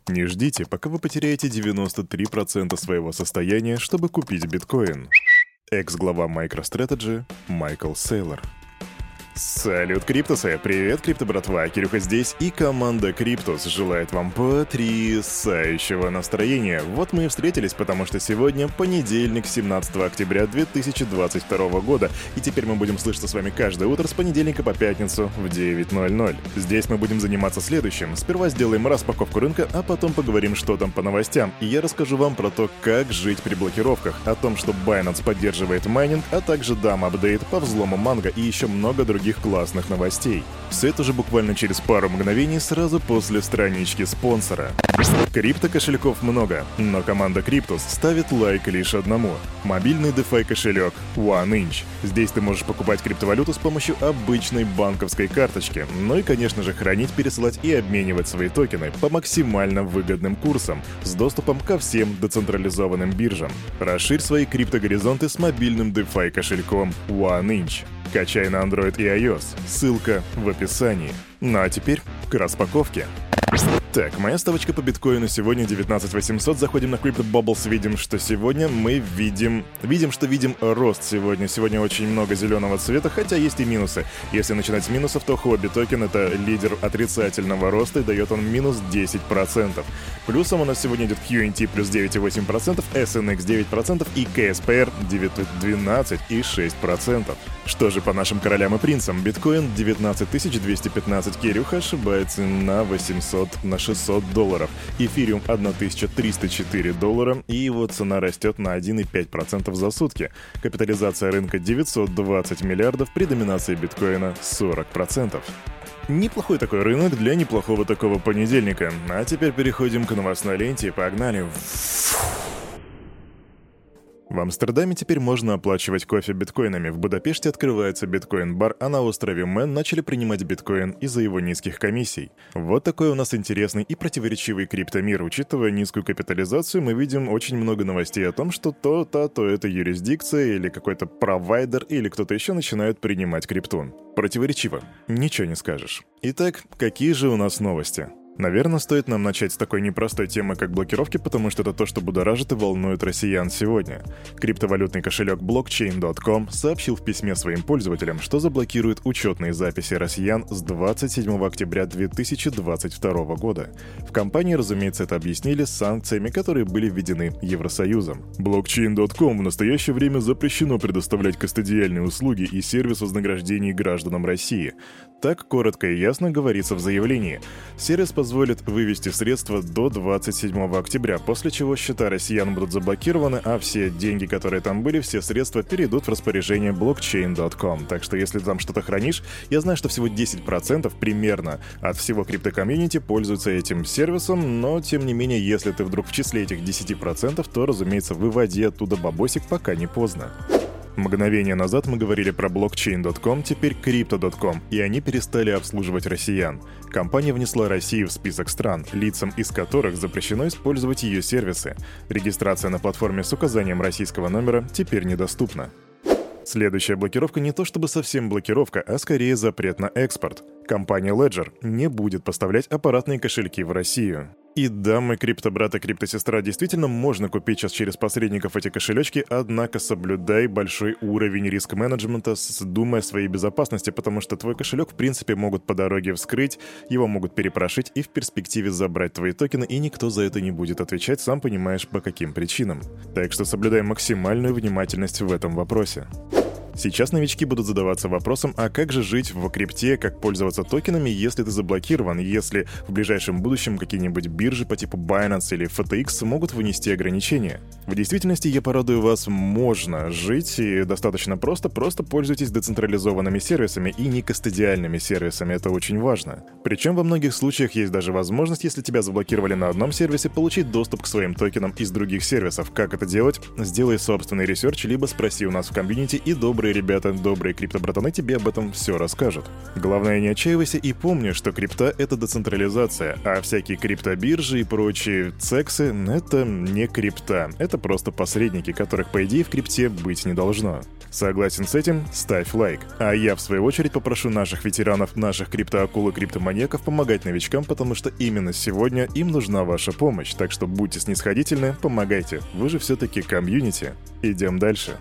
Не ждите, пока вы потеряете 93% своего состояния, чтобы купить биткоин. Экс-глава MicroStrategy Майкл Сейлор. Салют, Криптусы! Привет, крипто-братва! Кирюха здесь, и команда Криптус желает вам потрясающего настроения. Вот мы и встретились, потому что сегодня понедельник, 17 октября 2022 года, и теперь мы будем слышаться с вами каждое утро с понедельника по пятницу в 9:00. Здесь мы будем заниматься следующим. Сперва сделаем распаковку рынка, а потом поговорим, что там по новостям, и я расскажу вам про то, как жить при блокировках, о том, что Binance поддерживает майнинг, а также дам апдейт по взлому Манго и еще много других классных новостей. Все это же буквально через пару мгновений сразу после странички спонсора. Крипто-кошельков много, но команда Криптус ставит лайк лишь одному. Мобильный DeFi кошелек OneInch. Здесь ты можешь покупать криптовалюту с помощью обычной банковской карточки. Ну и, конечно же, хранить, пересылать и обменивать свои токены по максимально выгодным курсам, с доступом ко всем децентрализованным биржам. Расширь свои криптогоризонты с мобильным DeFi кошельком OneInch. Качай на Android и iOS. Ссылка в описании. Ну а теперь к распаковке. Так, моя ставочка по биткоину сегодня 19800. Заходим на CryptoBubbles, видим, что сегодня мы видим рост сегодня. Сегодня очень много зеленого цвета, хотя есть и минусы. Если начинать с минусов, то Huobi токен — это лидер отрицательного роста, и дает он минус 10%. Плюсом у нас сегодня идет QNT плюс 9,8%, SNX 9% и KSPR 12,6%. Что же по нашим королям и принцам? Биткоин 19215, Кирюха ошибается на 600 долларов. Эфириум $1304, и его цена растет на 1,5% за сутки. Капитализация рынка 920 миллиардов, при доминации биткоина 40%. Неплохой такой рынок для неплохого такого понедельника. А теперь переходим к новостной ленте. Погнали! В Амстердаме теперь можно оплачивать кофе биткоинами. В Будапеште открывается биткоин-бар, а на острове Мэн начали принимать биткоин из-за его низких комиссий. Вот такой у нас интересный и противоречивый криптомир. Учитывая низкую капитализацию, мы видим очень много новостей о том, что то эта юрисдикция или какой-то провайдер или кто-то еще начинают принимать крипту. Противоречиво. Ничего не скажешь. Итак, какие же у нас новости? Наверное, стоит нам начать с такой непростой темы, как блокировки, потому что это то, что будоражит и волнует россиян сегодня. Криптовалютный кошелек Blockchain.com сообщил в письме своим пользователям, что заблокирует учетные записи россиян с 27 октября 2022 года. В компании, разумеется, это объяснили санкциями, которые были введены Евросоюзом. Blockchain.com в настоящее время запрещено предоставлять кастодиальные услуги и сервис вознаграждений гражданам России. Так коротко и ясно говорится в заявлении. Сервис позволит вывести средства до 27 октября, после чего счета россиян будут заблокированы, а все деньги, которые там были, все средства перейдут в распоряжение Blockchain.com. Так что если ты там что-то хранишь, я знаю, что всего 10% примерно от всего криптокомьюнити пользуются этим сервисом, но тем не менее, если ты вдруг в числе этих 10%, то, разумеется, выводи оттуда бабосик, пока не поздно. Мгновение назад мы говорили про Blockchain.com, теперь Crypto.com, и они перестали обслуживать россиян. Компания внесла Россию в список стран, лицам из которых запрещено использовать ее сервисы. Регистрация на платформе с указанием российского номера теперь недоступна. Следующая блокировка не то чтобы совсем блокировка, а скорее запрет на экспорт. Компания Ledger не будет поставлять аппаратные кошельки в Россию. И да, мой крипто-брат и крипто-сестра, действительно можно купить сейчас через посредников эти кошелечки, однако соблюдай большой уровень риск-менеджмента, думая о своей безопасности, потому что твой кошелек в принципе могут по дороге вскрыть, его могут перепрошить и в перспективе забрать твои токены, и никто за это не будет отвечать, сам понимаешь по каким причинам. Так что соблюдай максимальную внимательность в этом вопросе. Сейчас новички будут задаваться вопросом, а как же жить в крипте, как пользоваться токенами, если ты заблокирован, если в ближайшем будущем какие-нибудь биржи по типу Binance или FTX могут вынести ограничения. В действительности, я порадую вас, можно жить и достаточно просто пользуйтесь децентрализованными сервисами и не кастодиальными сервисами, это очень важно. Причем во многих случаях есть даже возможность, если тебя заблокировали на одном сервисе, получить доступ к своим токенам из других сервисов. Как это делать? Сделай собственный ресерч, либо спроси у нас в комьюнити, и добрый добрые ребята, добрые крипто-братаны тебе об этом все расскажут. Главное, не отчаивайся и помни, что крипта — это децентрализация, а всякие криптобиржи и прочие цексы — это не крипта, это просто посредники, которых, по идее, в крипте быть не должно. Согласен с этим? Ставь лайк. А я, в свою очередь, попрошу наших ветеранов, наших криптоакул и криптоманьяков помогать новичкам, потому что именно сегодня им нужна ваша помощь. Так что будьте снисходительны, помогайте. Вы же все-таки комьюнити. Идем дальше.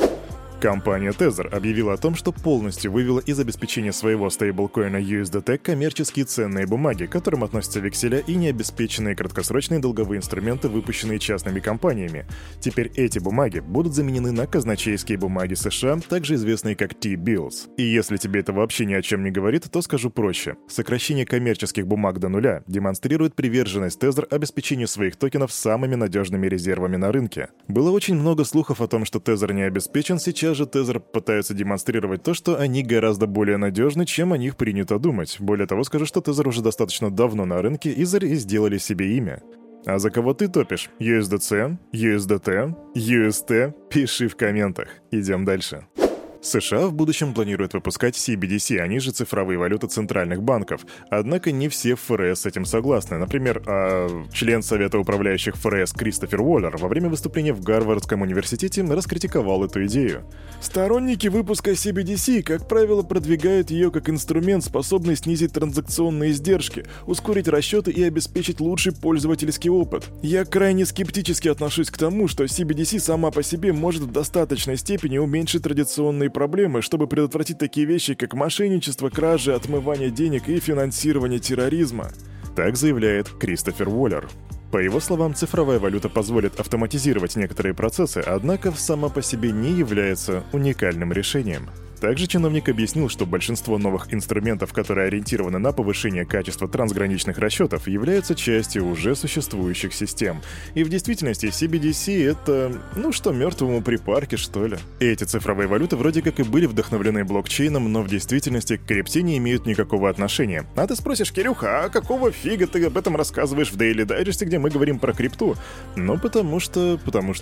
Компания Tether объявила о том, что полностью вывела из обеспечения своего стейблкоина USDT коммерческие ценные бумаги, к которым относятся векселя и необеспеченные краткосрочные долговые инструменты, выпущенные частными компаниями. Теперь эти бумаги будут заменены на казначейские бумаги США, также известные как T-bills. И если тебе это вообще ни о чем не говорит, то скажу проще. Сокращение коммерческих бумаг до нуля демонстрирует приверженность Tether обеспечению своих токенов самыми надежными резервами на рынке. Было очень много слухов о том, что Tether не обеспечен. Сейчас же Tether пытаются демонстрировать то, что они гораздо более надежны, чем о них принято думать. Более того, скажу, что Tether уже достаточно давно на рынке и сделали себе имя. А за кого ты топишь? USDC? USDT? UST? Пиши в комментах. Идем дальше. США в будущем планируют выпускать CBDC, они же цифровые валюты центральных банков. Однако не все в ФРС с этим согласны. Например, член Совета управляющих ФРС Кристофер Уоллер во время выступления в Гарвардском университете раскритиковал эту идею. Сторонники выпуска CBDC, как правило, продвигают ее как инструмент, способный снизить транзакционные издержки, ускорить расчеты и обеспечить лучший пользовательский опыт. Я крайне скептически отношусь к тому, что CBDC сама по себе может в достаточной степени уменьшить традиционные проблемы, чтобы предотвратить такие вещи, как мошенничество, кражи, отмывание денег и финансирование терроризма. Так заявляет Кристофер Уоллер. По его словам, цифровая валюта позволит автоматизировать некоторые процессы, однако сама по себе не является уникальным решением. Также чиновник объяснил, что большинство новых инструментов, которые ориентированы на повышение качества трансграничных расчетов, являются частью уже существующих систем. И в действительности CBDC — это, мертвому припарке, что ли. Эти цифровые валюты вроде как и были вдохновлены блокчейном, но в действительности к крипте не имеют никакого отношения. А ты спросишь: Кирюха, а какого фига ты об этом рассказываешь в Daily Digest, где мы говорим про крипту? Потому что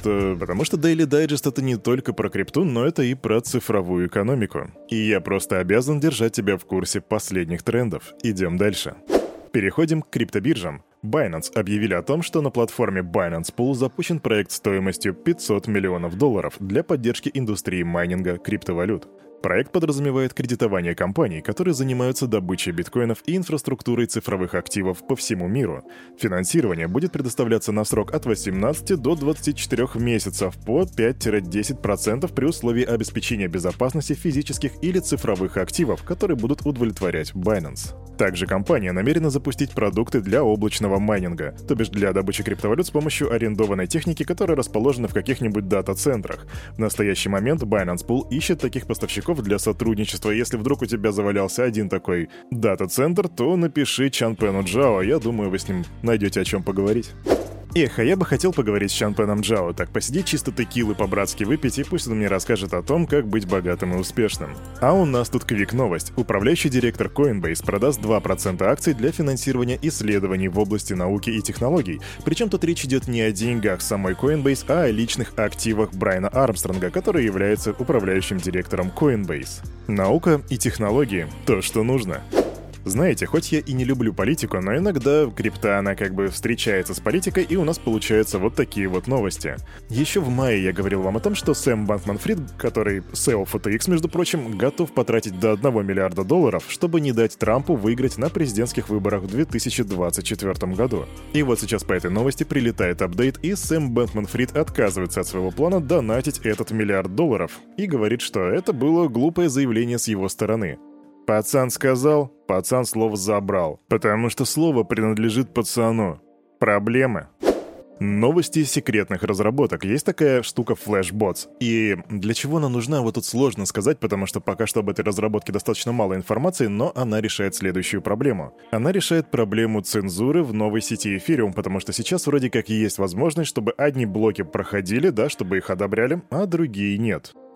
Daily Digest — это не только про крипту, но это и про цифровую экономику. И я просто обязан держать тебя в курсе последних трендов. Идем дальше. Переходим к криптобиржам. Binance объявили о том, что на платформе Binance Pool запущен проект стоимостью $500 миллионов для поддержки индустрии майнинга криптовалют. Проект подразумевает кредитование компаний, которые занимаются добычей биткоинов и инфраструктурой цифровых активов по всему миру. Финансирование будет предоставляться на срок от 18 до 24 месяцев по 5-10% при условии обеспечения безопасности физических или цифровых активов, которые будут удовлетворять Binance. Также компания намерена запустить продукты для облачного майнинга, то бишь для добычи криптовалют с помощью арендованной техники, которая расположена в каких-нибудь дата-центрах. В настоящий момент Binance Pool ищет таких поставщиков для сотрудничества. Если вдруг у тебя завалялся один такой дата-центр, то напиши Чанпену Джао, я думаю, вы с ним найдете о чем поговорить. Эх, а я бы хотел поговорить с Чанпеном Джао, так посидеть чисто текилы по-братски выпить, и пусть он мне расскажет о том, как быть богатым и успешным. А у нас тут квик-новость. Управляющий директор Coinbase продаст 2% акций для финансирования исследований в области науки и технологий. Причем тут речь идет не о деньгах самой Coinbase, а о личных активах Брайана Армстронга, который является управляющим директором Coinbase. Наука и технологии — то, что нужно. Знаете, хоть я и не люблю политику, но иногда крипта, она как бы встречается с политикой, и у нас получаются вот такие вот новости. Еще в мае я говорил вам о том, что Сэм Бэнкман-Фрид, который SEO FTX, между прочим, готов потратить до $1 миллиарда, чтобы не дать Трампу выиграть на президентских выборах в 2024 году. И вот сейчас по этой новости прилетает апдейт, и Сэм Бэнкман-Фрид отказывается от своего плана донатить этот $1 миллиард и говорит, что это было глупое заявление с его стороны. Пацан сказал, пацан слово забрал, потому что слово принадлежит пацану. Проблемы. Новости секретных разработок. Есть такая штука Flashbots. И для чего она нужна, вот тут сложно сказать, потому что пока что об этой разработке достаточно мало информации, но она решает следующую проблему. Она решает проблему цензуры в новой сети Ethereum, потому что сейчас вроде как есть возможность, чтобы одни блоки проходили, да, чтобы их одобряли, а другие нет.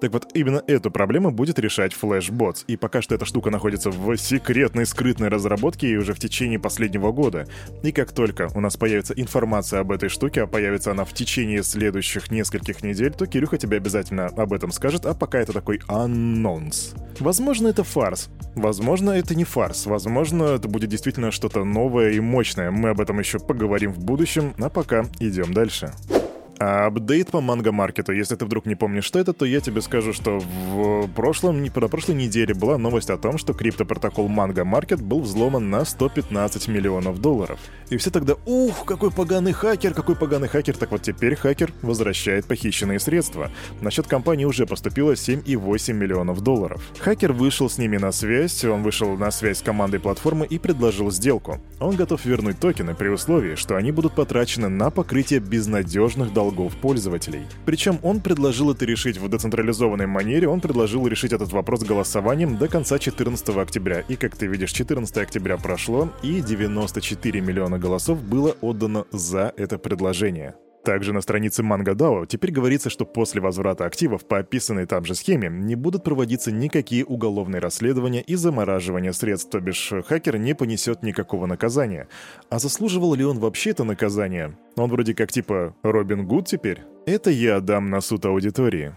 Так вот, именно эту проблему будет решать Flashbots, и пока что эта штука находится в секретной скрытной разработке и уже в течение последнего года. И как только у нас появится информация об этой штуке, а появится она в течение следующих нескольких недель, то Кирюха тебе обязательно об этом скажет, а пока это такой анонс. Возможно, это фарс. Возможно, это не фарс. Возможно, это будет действительно что-то новое и мощное. Мы об этом еще поговорим в будущем, а пока идем дальше. Апдейт по Mango Market. Если ты вдруг не помнишь, что это, то я тебе скажу, что на прошлой неделе была новость о том, что криптопротокол Mango Market был взломан на 115 миллионов долларов. И все тогда: ух, какой поганый хакер, какой поганый хакер. Так вот, теперь хакер возвращает похищенные средства. На счет компании уже поступило 7,8 миллионов долларов. Хакер вышел с ними на связь, он вышел на связь с командой платформы и предложил сделку. Он готов вернуть токены при условии, что они будут потрачены на покрытие безнадежных долгов пользователей. Причем он предложил это решить в децентрализованной манере, он предложил решить этот вопрос голосованием до конца 14 октября. И как ты видишь, 14 октября прошло, и 94 миллиона голосов было отдано за это предложение. Также на странице MangoDAO теперь говорится, что после возврата активов по описанной там же схеме не будут проводиться никакие уголовные расследования и замораживания средств, то бишь хакер не понесет никакого наказания. А заслуживал ли он вообще это наказание? Он вроде как типа Робин Гуд теперь? Это я дам на суд аудитории.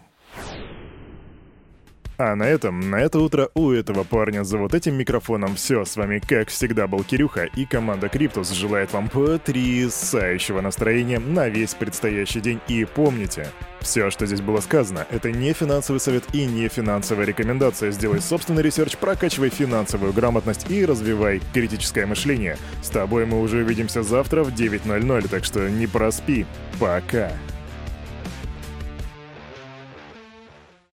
А на это утро у этого парня за вот этим микрофоном все. С вами, как всегда, был Кирюха, и команда Криптус желает вам потрясающего настроения на весь предстоящий день. И помните, все, что здесь было сказано, это не финансовый совет и не финансовая рекомендация. Сделай собственный ресерч, прокачивай финансовую грамотность и развивай критическое мышление. С тобой мы уже увидимся завтра в 9:00, так что не проспи. Пока.